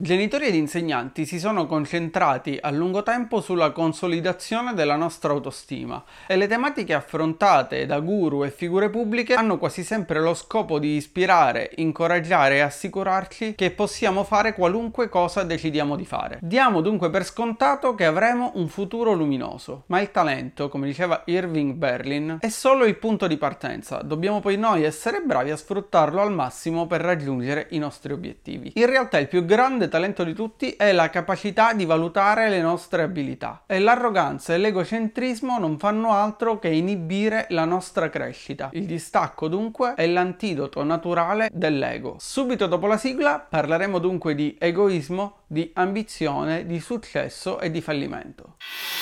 Genitori ed insegnanti si sono concentrati a lungo tempo sulla consolidazione della nostra autostima e le tematiche affrontate da guru e figure pubbliche hanno quasi sempre lo scopo di ispirare, incoraggiare e assicurarci che possiamo fare qualunque cosa decidiamo di fare. Diamo dunque per scontato che avremo un futuro luminoso, ma il talento, come diceva Irving Berlin, è solo il punto di partenza, dobbiamo poi noi essere bravi a sfruttarlo al massimo per raggiungere i nostri obiettivi. In realtà il più grande talento di tutti è la capacità di valutare le nostre abilità e l'arroganza e l'egocentrismo non fanno altro che inibire la nostra crescita. Il distacco dunque è l'antidoto naturale dell'ego. Subito dopo la sigla parleremo dunque di egoismo, di ambizione, di successo e di fallimento.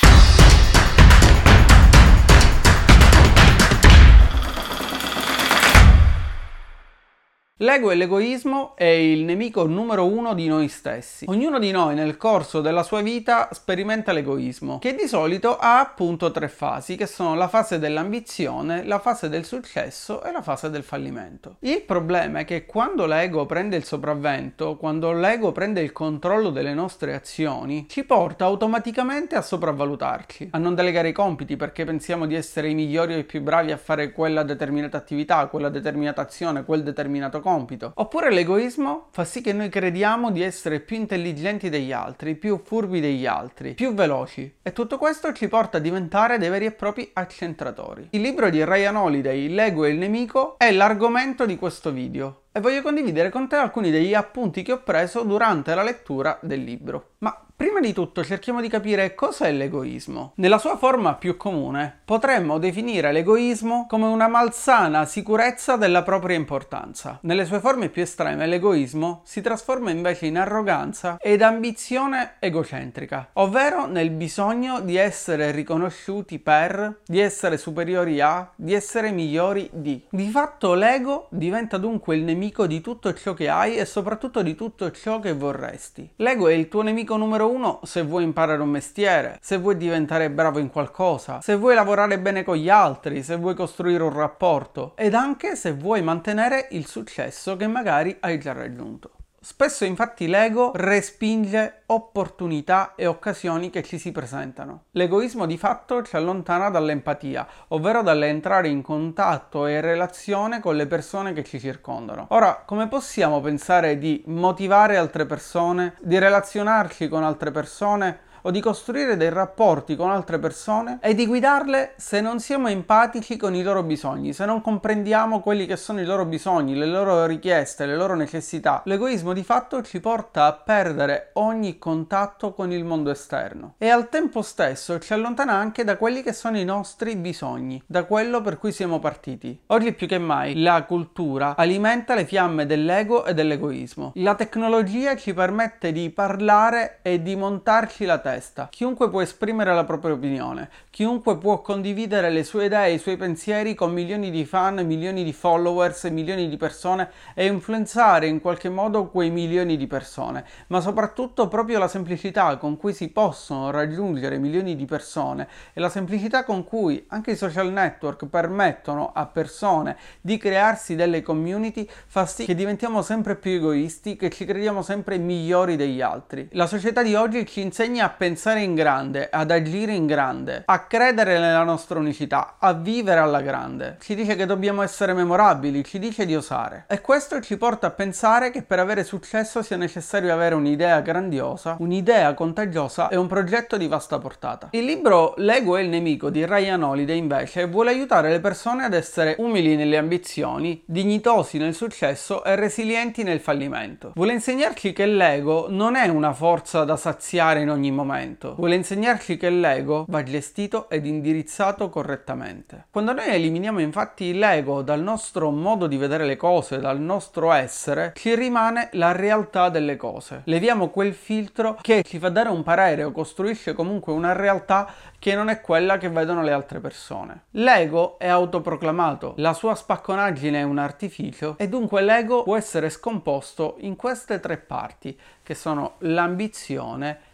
L'ego e l'egoismo è il nemico numero uno di noi stessi. Ognuno di noi nel corso della sua vita sperimenta l'egoismo, che di solito ha appunto tre fasi, che sono la fase dell'ambizione, la fase del successo e la fase del fallimento. Il problema è che quando l'ego prende il sopravvento, quando l'ego prende il controllo delle nostre azioni, ci porta automaticamente a sopravvalutarci, a non delegare i compiti perché pensiamo di essere i migliori o i più bravi a fare quella determinata attività, quella determinata azione, quel determinato compito. Oppure l'egoismo fa sì che noi crediamo di essere più intelligenti degli altri, più furbi degli altri, più veloci. E tutto questo ci porta a diventare dei veri e propri accentratori. Il libro di Ryan Holiday, L'ego e il nemico, è l'argomento di questo video. E voglio condividere con te alcuni degli appunti che ho preso durante la lettura del libro. Ma prima di tutto cerchiamo di capire cosa è l'egoismo. Nella sua forma più comune potremmo definire l'egoismo come una malsana sicurezza della propria importanza. Nelle sue forme più estreme l'egoismo si trasforma invece in arroganza ed ambizione egocentrica, ovvero nel bisogno di essere riconosciuti per, di essere superiori a, di essere migliori di. Di fatto l'ego diventa dunque il nemico di tutto ciò che hai e soprattutto di tutto ciò che vorresti. L'ego è il tuo nemico numero uno se vuoi imparare un mestiere, se vuoi diventare bravo in qualcosa, se vuoi lavorare bene con gli altri, se vuoi costruire un rapporto ed anche se vuoi mantenere il successo che magari hai già raggiunto. Spesso infatti l'ego respinge opportunità e occasioni che ci si presentano. L'egoismo di fatto ci allontana dall'empatia, ovvero dall'entrare in contatto e relazione con le persone che ci circondano. Ora, come possiamo pensare di motivare altre persone, di relazionarci con altre persone o di costruire dei rapporti con altre persone e di guidarle se non siamo empatici con i loro bisogni, se non comprendiamo quelli che sono i loro bisogni, le loro richieste, le loro necessità? L'egoismo di fatto ci porta a perdere ogni contatto con il mondo esterno e al tempo stesso ci allontana anche da quelli che sono i nostri bisogni, da quello per cui siamo partiti. Oggi più che mai la cultura alimenta le fiamme dell'ego e dell'egoismo. La tecnologia ci permette di parlare e di montarci la testa. Chiunque può esprimere la propria opinione, chiunque può condividere le sue idee e i suoi pensieri con milioni di fan, milioni di followers, milioni di persone e influenzare in qualche modo quei milioni di persone, ma soprattutto proprio la semplicità con cui si possono raggiungere milioni di persone e la semplicità con cui anche i social network permettono a persone di crearsi delle community fa sì che diventiamo sempre più egoisti, che ci crediamo sempre migliori degli altri. La società di oggi ci insegna a pensare in grande, ad agire in grande, a credere nella nostra unicità, a vivere alla grande. Ci dice che dobbiamo essere memorabili, ci dice di osare. E questo ci porta a pensare che per avere successo sia necessario avere un'idea grandiosa, un'idea contagiosa e un progetto di vasta portata. Il libro L'ego è il nemico di Ryan Holiday invece vuole aiutare le persone ad essere umili nelle ambizioni, dignitosi nel successo e resilienti nel fallimento. Vuole insegnarci che l'ego non è una forza da saziare in ogni momento. Vuole insegnarci che l'ego va gestito ed indirizzato correttamente. Quando noi eliminiamo infatti l'ego dal nostro modo di vedere le cose, dal nostro essere, ci rimane la realtà delle cose. Leviamo quel filtro che ci fa dare un parere o costruisce comunque una realtà che non è quella che vedono le altre persone. L'ego è autoproclamato, la sua spacconaggine è un artificio e dunque l'ego può essere scomposto in queste tre parti, che sono l'ambizione,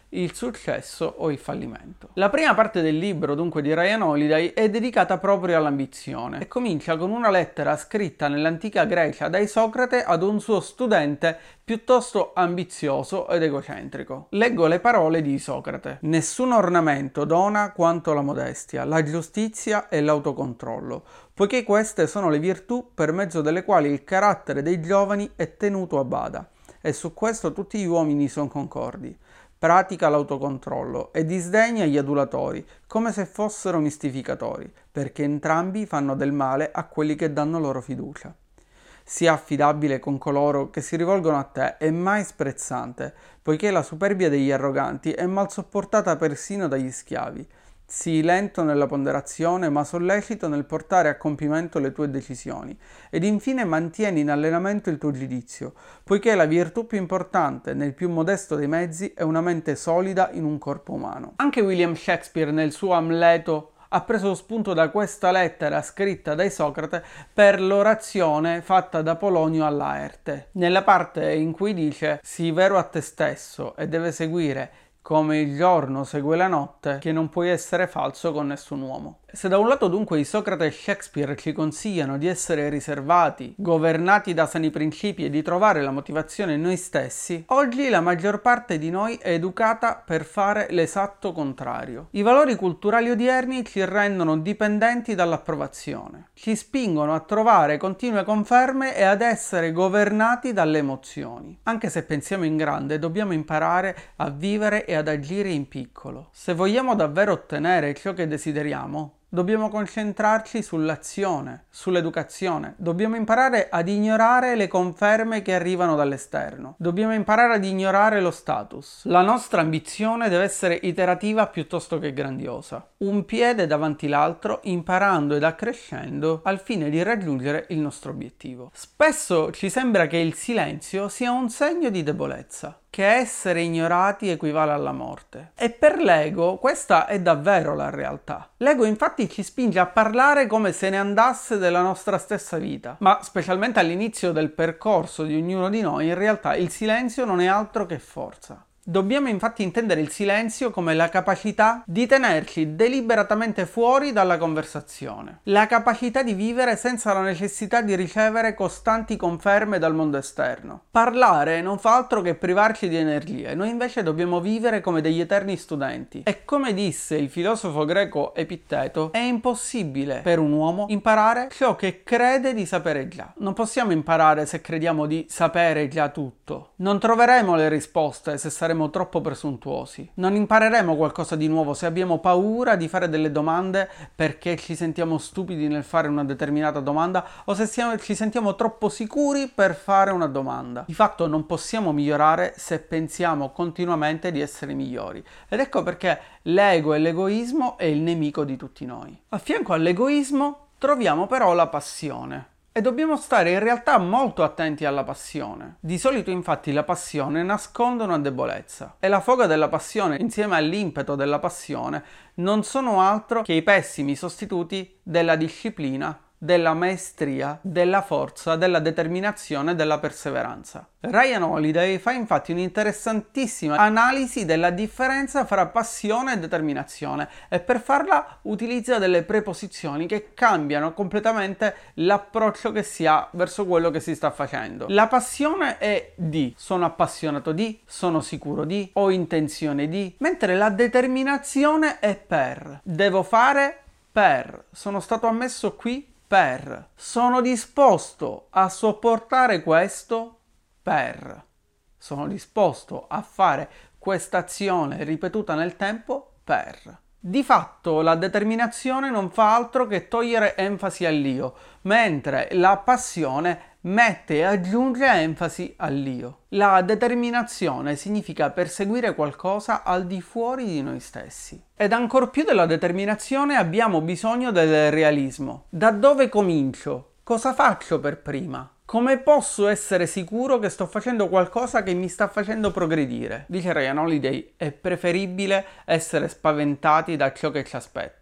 il successo o il fallimento. La prima parte del libro, dunque, di Ryan Holiday è dedicata proprio all'ambizione e comincia con una lettera scritta nell'antica Grecia da Isocrate ad un suo studente piuttosto ambizioso ed egocentrico. Leggo le parole di Isocrate. Nessun ornamento dona quanto la modestia, la giustizia e l'autocontrollo, poiché queste sono le virtù per mezzo delle quali il carattere dei giovani è tenuto a bada, e su questo tutti gli uomini sono concordi. Pratica l'autocontrollo e disdegna gli adulatori, come se fossero mistificatori, perché entrambi fanno del male a quelli che danno loro fiducia. Sii affidabile con coloro che si rivolgono a te e mai sprezzante, poiché la superbia degli arroganti è mal sopportata persino dagli schiavi. Sii lento nella ponderazione, ma sollecito nel portare a compimento le tue decisioni, ed infine mantieni in allenamento il tuo giudizio, poiché la virtù più importante nel più modesto dei mezzi è una mente solida in un corpo umano. Anche William Shakespeare nel suo Amleto ha preso spunto da questa lettera scritta da Isocrate per l'orazione fatta da Polonio a Laerte, nella parte in cui dice «Sii vero a te stesso e deve seguire come il giorno segue la notte, che non puoi essere falso con nessun uomo». Se da un lato dunque Isocrate e Shakespeare ci consigliano di essere riservati, governati da sani principi e di trovare la motivazione in noi stessi, oggi la maggior parte di noi è educata per fare l'esatto contrario. I valori culturali odierni ci rendono dipendenti dall'approvazione, ci spingono a trovare continue conferme e ad essere governati dalle emozioni. Anche se pensiamo in grande, dobbiamo imparare a vivere e ad agire in piccolo. Se vogliamo davvero ottenere ciò che desideriamo, dobbiamo concentrarci sull'azione, sull'educazione. Dobbiamo imparare ad ignorare le conferme che arrivano dall'esterno. Dobbiamo imparare ad ignorare lo status. La nostra ambizione deve essere iterativa piuttosto che grandiosa. Un piede davanti l'altro, imparando ed accrescendo al fine di raggiungere il nostro obiettivo. Spesso ci sembra che il silenzio sia un segno di debolezza, che essere ignorati equivale alla morte. E per l'ego questa è davvero la realtà. L'ego infatti ci spinge a parlare come se ne andasse della nostra stessa vita, ma specialmente all'inizio del percorso di ognuno di noi in realtà il silenzio non è altro che forza. Dobbiamo infatti intendere il silenzio come la capacità di tenerci deliberatamente fuori dalla conversazione, la capacità di vivere senza la necessità di ricevere costanti conferme dal mondo esterno. Parlare non fa altro che privarci di energie, noi invece dobbiamo vivere come degli eterni studenti. E come disse il filosofo greco Epitteto, è impossibile per un uomo imparare ciò che crede di sapere già. Non possiamo imparare se crediamo di sapere già tutto. Non troveremo le risposte se saremo troppo presuntuosi. Non impareremo qualcosa di nuovo se abbiamo paura di fare delle domande perché ci sentiamo stupidi nel fare una determinata domanda o se ci sentiamo troppo sicuri per fare una domanda. Di fatto non possiamo migliorare se pensiamo continuamente di essere migliori. Ed ecco perché l'ego e l'egoismo è il nemico di tutti noi. A fianco all'egoismo troviamo però la passione. E dobbiamo stare in realtà molto attenti alla passione. Di solito infatti la passione nasconde una debolezza e la foga della passione insieme all'impeto della passione non sono altro che i pessimi sostituti della disciplina, della maestria, della forza, della determinazione e della perseveranza. Ryan Holiday fa infatti un'interessantissima analisi della differenza fra passione e determinazione e per farla utilizza delle preposizioni che cambiano completamente l'approccio che si ha verso quello che si sta facendo. La passione è di, sono appassionato di, sono sicuro di, ho intenzione di, mentre la determinazione è per, devo fare per, sono stato ammesso qui per, sono disposto a sopportare questo per, sono disposto a fare questa azione ripetuta nel tempo per. Di fatto la determinazione non fa altro che togliere enfasi all'io, mentre la passione mette e aggiunge enfasi all'io. La determinazione significa perseguire qualcosa al di fuori di noi stessi. Ed ancor più della determinazione abbiamo bisogno del realismo. Da dove comincio? Cosa faccio per prima? Come posso essere sicuro che sto facendo qualcosa che mi sta facendo progredire? Dice Ryan Holiday, è preferibile essere spaventati da ciò che ci aspetta.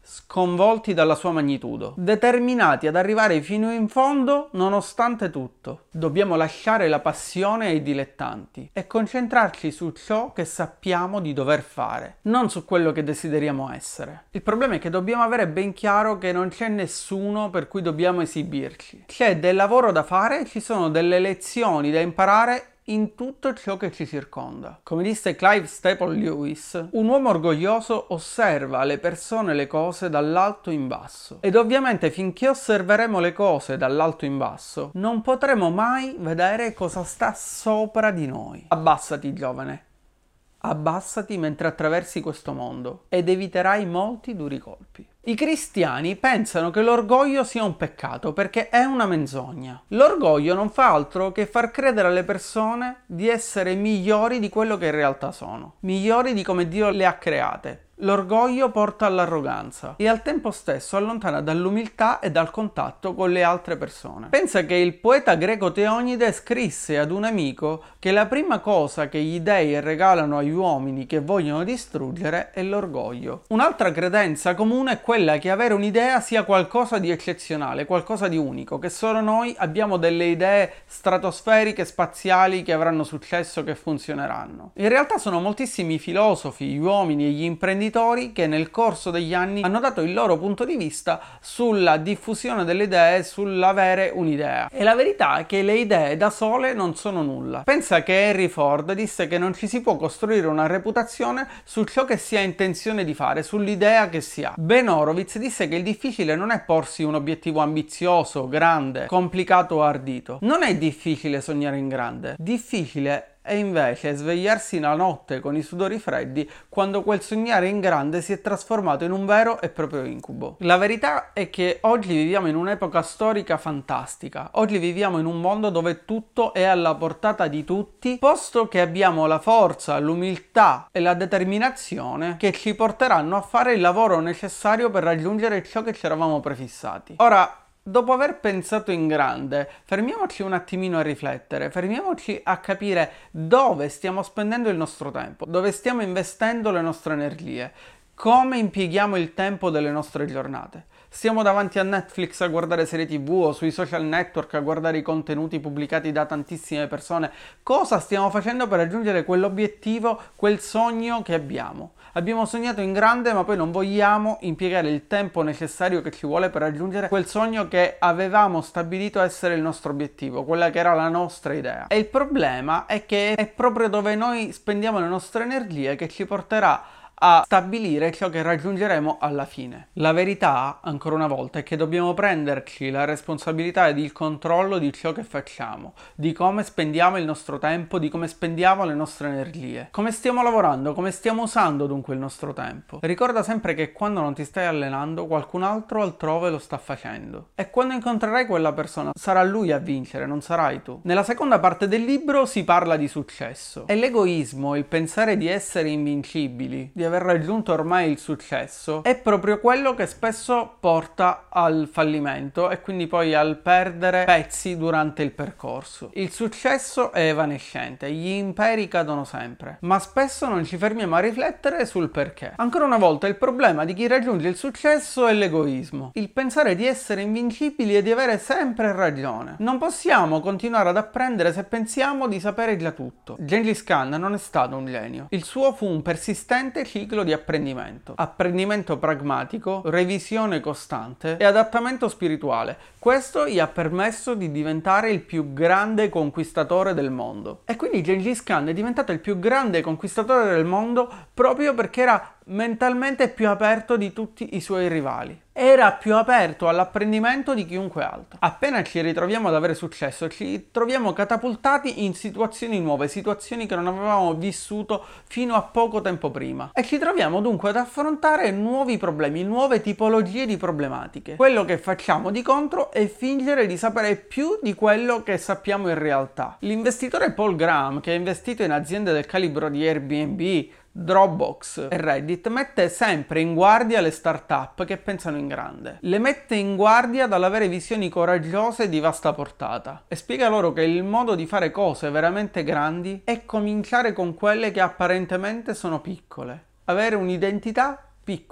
sconvolti dalla sua magnitudo, determinati ad arrivare fino in fondo nonostante tutto. Dobbiamo lasciare la passione ai dilettanti e concentrarci su ciò che sappiamo di dover fare, non su quello che desideriamo essere. Il problema è che dobbiamo avere ben chiaro che non c'è nessuno per cui dobbiamo esibirci. C'è del lavoro da fare, ci sono delle lezioni da imparare in tutto ciò che ci circonda. Come disse Clive Staple Lewis, un uomo orgoglioso osserva le persone e le cose dall'alto in basso. Ed ovviamente finché osserveremo le cose dall'alto in basso, non potremo mai vedere cosa sta sopra di noi. Abbassati, giovane. Abbassati mentre attraversi questo mondo ed eviterai molti duri colpi. I cristiani pensano che l'orgoglio sia un peccato perché è una menzogna. L'orgoglio non fa altro che far credere alle persone di essere migliori di quello che in realtà sono, migliori di come Dio le ha create. L'orgoglio porta all'arroganza e al tempo stesso allontana dall'umiltà e dal contatto con le altre persone. Pensa che il poeta greco Teonide scrisse ad un amico che la prima cosa che gli dei regalano agli uomini che vogliono distruggere è l'orgoglio. Un'altra credenza comune è quella che avere un'idea sia qualcosa di eccezionale, qualcosa di unico, che solo noi abbiamo delle idee stratosferiche, spaziali, che avranno successo, che funzioneranno. In realtà sono moltissimi filosofi, gli uomini e gli imprenditori che nel corso degli anni hanno dato il loro punto di vista sulla diffusione delle idee, sull'avere un'idea. E la verità è che le idee da sole non sono nulla. Pensa che Henry Ford disse che non ci si può costruire una reputazione su ciò che si ha intenzione di fare, sull'idea che si ha. Ben Horowitz disse che il difficile non è porsi un obiettivo ambizioso, grande, complicato o ardito. Non è difficile sognare in grande. Difficile è invece svegliarsi la notte con i sudori freddi quando quel sognare in grande si è trasformato in un vero e proprio incubo. La verità è che oggi viviamo in un'epoca storica fantastica. Oggi viviamo in un mondo dove tutto è alla portata di tutti, posto che abbiamo la forza, l'umiltà e la determinazione che ci porteranno a fare il lavoro necessario per raggiungere ciò che ci eravamo prefissati. Ora, dopo aver pensato in grande, fermiamoci un attimino a riflettere, fermiamoci a capire dove stiamo spendendo il nostro tempo, dove stiamo investendo le nostre energie, come impieghiamo il tempo delle nostre giornate. Stiamo davanti a Netflix a guardare serie TV o sui social network a guardare i contenuti pubblicati da tantissime persone. Cosa stiamo facendo per raggiungere quell'obiettivo, quel sogno che abbiamo? Abbiamo sognato in grande, ma poi non vogliamo impiegare il tempo necessario che ci vuole per raggiungere quel sogno che avevamo stabilito essere il nostro obiettivo, quella che era la nostra idea. E il problema è che è proprio dove noi spendiamo le nostre energie che ci porterà a stabilire ciò che raggiungeremo alla fine. La verità, ancora una volta, è che dobbiamo prenderci la responsabilità ed il controllo di ciò che facciamo, di come spendiamo il nostro tempo, di come spendiamo le nostre energie, come stiamo lavorando, come stiamo usando dunque il nostro tempo. Ricorda sempre che quando non ti stai allenando, qualcun altro altrove lo sta facendo. E quando incontrerai quella persona, sarà lui a vincere, non sarai tu. Nella seconda parte del libro si parla di successo. E l'egoismo, il pensare di essere invincibili, di aver raggiunto ormai il successo, è proprio quello che spesso porta al fallimento e quindi poi al perdere pezzi durante il percorso. Il successo è evanescente, gli imperi cadono sempre, ma spesso non ci fermiamo a riflettere sul perché. Ancora una volta il problema di chi raggiunge il successo è l'egoismo, il pensare di essere invincibili e di avere sempre ragione. Non possiamo continuare ad apprendere se pensiamo di sapere già tutto. Gengis Khan non è stato un genio, il suo fu un persistente ciclo di apprendimento pragmatico, revisione costante e adattamento spirituale. Questo gli ha permesso di diventare il più grande conquistatore del mondo. E quindi Gengis Khan è diventato il più grande conquistatore del mondo proprio perché era mentalmente più aperto di tutti i suoi rivali. Era più aperto all'apprendimento di chiunque altro. Appena ci ritroviamo ad avere successo, ci troviamo catapultati in situazioni nuove, situazioni che non avevamo vissuto fino a poco tempo prima. E ci troviamo dunque ad affrontare nuovi problemi, nuove tipologie di problematiche. Quello che facciamo di contro è fingere di sapere più di quello che sappiamo in realtà. L'investitore Paul Graham, che ha investito in aziende del calibro di Airbnb, Dropbox e Reddit, mette sempre in guardia le start-up che pensano in grande. Le mette in guardia dall'avere visioni coraggiose e di vasta portata e spiega loro che il modo di fare cose veramente grandi è cominciare con quelle che apparentemente sono piccole, avere un'identità piccola.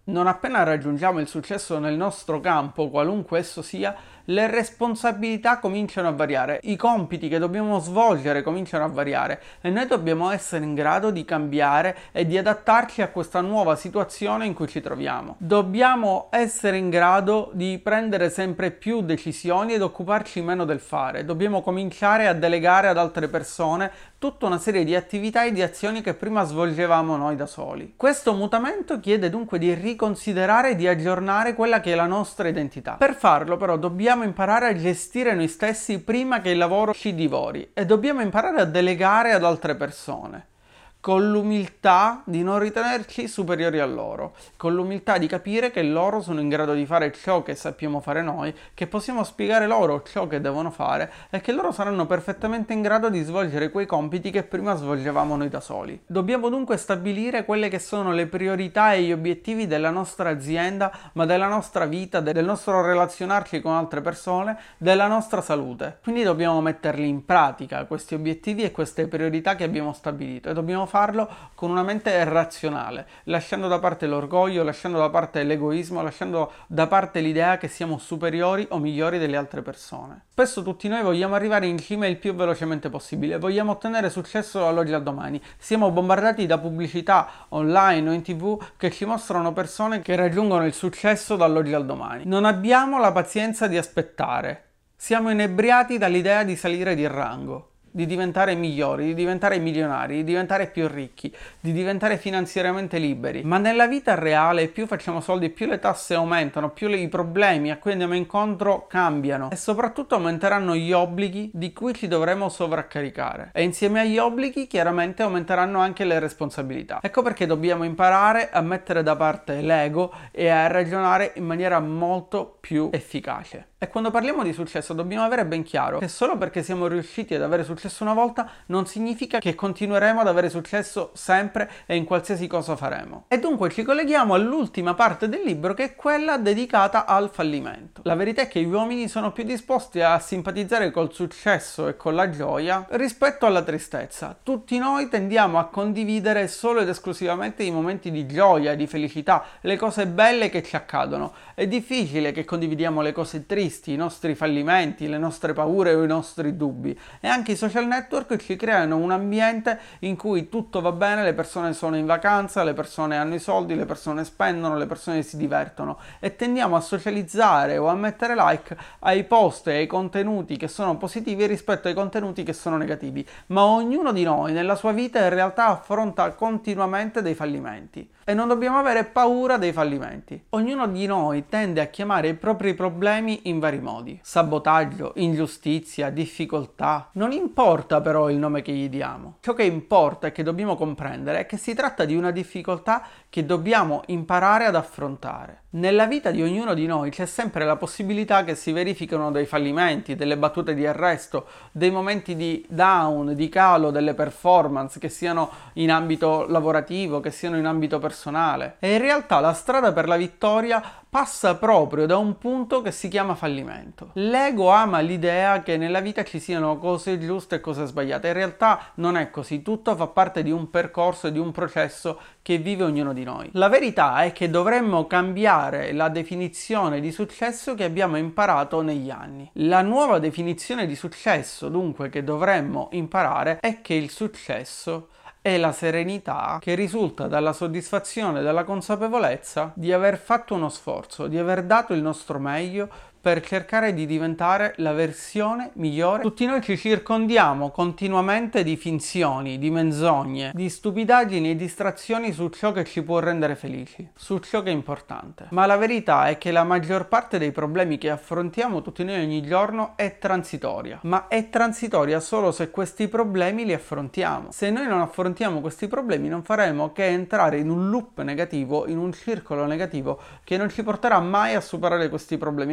Non appena raggiungiamo il successo nel nostro campo, qualunque esso sia, le responsabilità cominciano a variare, i compiti che dobbiamo svolgere cominciano a variare e noi dobbiamo essere in grado di cambiare e di adattarci a questa nuova situazione in cui ci troviamo. Dobbiamo essere in grado di prendere sempre più decisioni ed occuparci meno del fare. Dobbiamo cominciare a delegare ad altre persone tutta una serie di attività e di azioni che prima svolgevamo noi da soli. Questo mutamento chiede dunque di riconsiderare e di aggiornare quella che è la nostra identità. Per farlo però dobbiamo imparare a gestire noi stessi prima che il lavoro ci divori e dobbiamo imparare a delegare ad altre persone, con l'umiltà di non ritenerci superiori a loro, con l'umiltà di capire che loro sono in grado di fare ciò che sappiamo fare noi, che possiamo spiegare loro ciò che devono fare e che loro saranno perfettamente in grado di svolgere quei compiti che prima svolgevamo noi da soli. Dobbiamo dunque stabilire quelle che sono le priorità e gli obiettivi della nostra azienda, ma della nostra vita, del nostro relazionarci con altre persone, della nostra salute. Quindi dobbiamo metterli in pratica, questi obiettivi e queste priorità che abbiamo stabilito, e dobbiamo farlo con una mente razionale, lasciando da parte l'orgoglio, lasciando da parte l'egoismo, lasciando da parte l'idea che siamo superiori o migliori delle altre persone. Spesso tutti noi vogliamo arrivare in cima il più velocemente possibile, vogliamo ottenere successo dall'oggi al domani. Siamo bombardati da pubblicità online o in TV che ci mostrano persone che raggiungono il successo dall'oggi al domani. Non abbiamo la pazienza di aspettare. Siamo inebriati dall'idea di salire di rango, di diventare migliori, di diventare milionari, di diventare più ricchi, di diventare finanziariamente liberi. Ma nella vita reale più facciamo soldi, più le tasse aumentano, più i problemi a cui andiamo incontro cambiano e soprattutto aumenteranno gli obblighi di cui ci dovremo sovraccaricare. E insieme agli obblighi chiaramente aumenteranno anche le responsabilità. Ecco perché dobbiamo imparare a mettere da parte l'ego e a ragionare in maniera molto più efficace. E quando parliamo di successo dobbiamo avere ben chiaro che solo perché siamo riusciti ad avere successo una volta non significa che continueremo ad avere successo sempre e in qualsiasi cosa faremo. E dunque ci colleghiamo all'ultima parte del libro, che è quella dedicata al fallimento. La verità è che gli uomini sono più disposti a simpatizzare col successo e con la gioia rispetto alla tristezza. Tutti noi tendiamo a condividere solo ed esclusivamente i momenti di gioia, di felicità, le cose belle che ci accadono. È difficile che condividiamo le cose tristi, i nostri fallimenti, le nostre paure o i nostri dubbi. E anche i social network ci creano un ambiente in cui tutto va bene, le persone sono in vacanza, le persone hanno i soldi, le persone spendono, le persone si divertono e tendiamo a socializzare o a mettere like ai post e ai contenuti che sono positivi rispetto ai contenuti che sono negativi. Ma ognuno di noi nella sua vita in realtà affronta continuamente dei fallimenti e non dobbiamo avere paura dei fallimenti. Ognuno di noi tende a chiamare i propri problemi in vari modi: sabotaggio, ingiustizia, difficoltà. Non importa però il nome che gli diamo. Ciò che importa e che dobbiamo comprendere è che si tratta di una difficoltà che dobbiamo imparare ad affrontare. Nella vita di ognuno di noi c'è sempre la possibilità che si verifichino dei fallimenti, delle battute di arresto, dei momenti di down, di calo delle performance, che siano in ambito lavorativo, che siano in ambito personale. E in realtà la strada per la vittoria passa proprio da un punto che si chiama fallimento. L'ego ama l'idea che nella vita ci siano cose giuste e cose sbagliate. In realtà non è così, tutto fa parte di un percorso e di un processo che vive ognuno di noi. La verità è che dovremmo cambiare la definizione di successo che abbiamo imparato negli anni. La nuova definizione di successo, dunque, che dovremmo imparare è che il successo è la serenità che risulta dalla soddisfazione e dalla consapevolezza di aver fatto uno sforzo, di aver dato il nostro meglio per cercare di diventare la versione migliore. Tutti noi ci circondiamo continuamente di finzioni, di menzogne, di stupidaggini e distrazioni su ciò che ci può rendere felici, su ciò che è importante. Ma la verità è che la maggior parte dei problemi che affrontiamo tutti noi ogni giorno è transitoria. Ma è transitoria solo se questi problemi li affrontiamo. Se noi non affrontiamo questi problemi non faremo che entrare in un loop negativo, in un circolo negativo che non ci porterà mai a superare questi problemi, ci porterà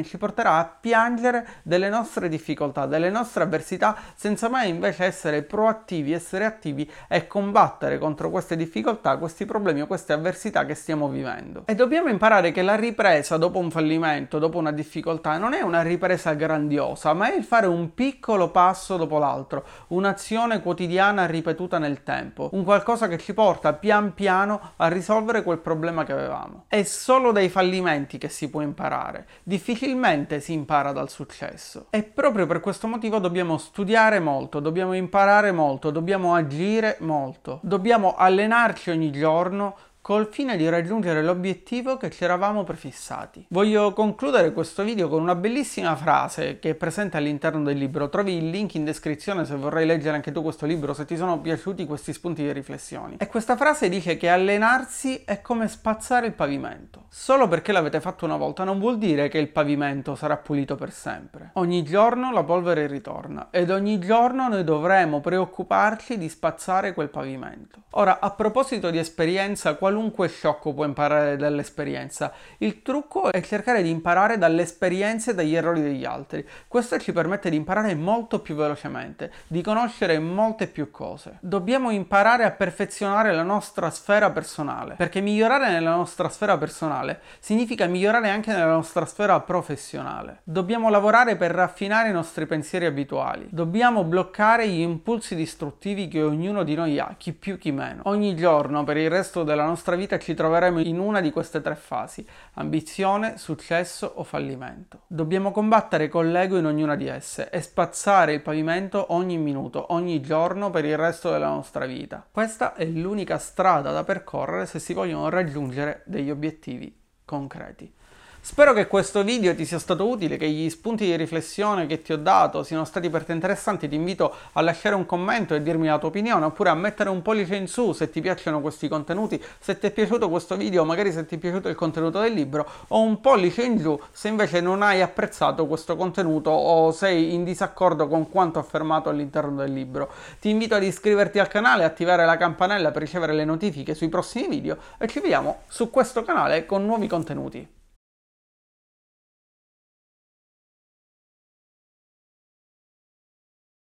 porterà a piangere delle nostre difficoltà, delle nostre avversità, senza mai invece essere proattivi, essere attivi e combattere contro queste difficoltà, questi problemi o queste avversità che stiamo vivendo. E dobbiamo imparare che la ripresa dopo un fallimento, dopo una difficoltà, non è una ripresa grandiosa, ma è il fare un piccolo passo dopo l'altro, un'azione quotidiana ripetuta nel tempo, un qualcosa che ci porta pian piano a risolvere quel problema che avevamo. È solo dai fallimenti che si può imparare, difficilmente si impara dal successo. E proprio per questo motivo dobbiamo studiare molto, dobbiamo imparare molto, dobbiamo agire molto, dobbiamo allenarci ogni giorno col fine di raggiungere l'obiettivo che ci eravamo prefissati. Voglio concludere questo video con una bellissima frase che è presente all'interno del libro. Trovi il link in descrizione se vorrai leggere anche tu questo libro, se ti sono piaciuti questi spunti di riflessioni. E questa frase dice che allenarsi è come spazzare il pavimento. Solo perché l'avete fatto una volta non vuol dire che il pavimento sarà pulito per sempre. Ogni giorno la polvere ritorna ed ogni giorno noi dovremo preoccuparci di spazzare quel pavimento. Ora, a proposito di esperienza, qualunque sciocco può imparare dall'esperienza. Il trucco è cercare di imparare dalle esperienze e dagli errori degli altri. Questo ci permette di imparare molto più velocemente, di conoscere molte più cose. Dobbiamo imparare a perfezionare la nostra sfera personale, perché migliorare nella nostra sfera personale significa migliorare anche nella nostra sfera professionale. Dobbiamo lavorare per raffinare i nostri pensieri abituali. Dobbiamo bloccare gli impulsi distruttivi che ognuno di noi ha, chi più chi meno. Ogni giorno, per il resto della nostra vita, ci troveremo in una di queste tre fasi: ambizione, successo o fallimento. Dobbiamo combattere con l'ego in ognuna di esse e spazzare il pavimento ogni minuto, ogni giorno per il resto della nostra vita. Questa è l'unica strada da percorrere se si vogliono raggiungere degli obiettivi concreti. Spero che questo video ti sia stato utile, che gli spunti di riflessione che ti ho dato siano stati per te interessanti. Ti invito a lasciare un commento e dirmi la tua opinione, oppure a mettere un pollice in su se ti piacciono questi contenuti, se ti è piaciuto questo video, magari se ti è piaciuto il contenuto del libro, o un pollice in giù se invece non hai apprezzato questo contenuto o sei in disaccordo con quanto affermato all'interno del libro. Ti invito ad iscriverti al canale, attivare la campanella per ricevere le notifiche sui prossimi video e ci vediamo su questo canale con nuovi contenuti.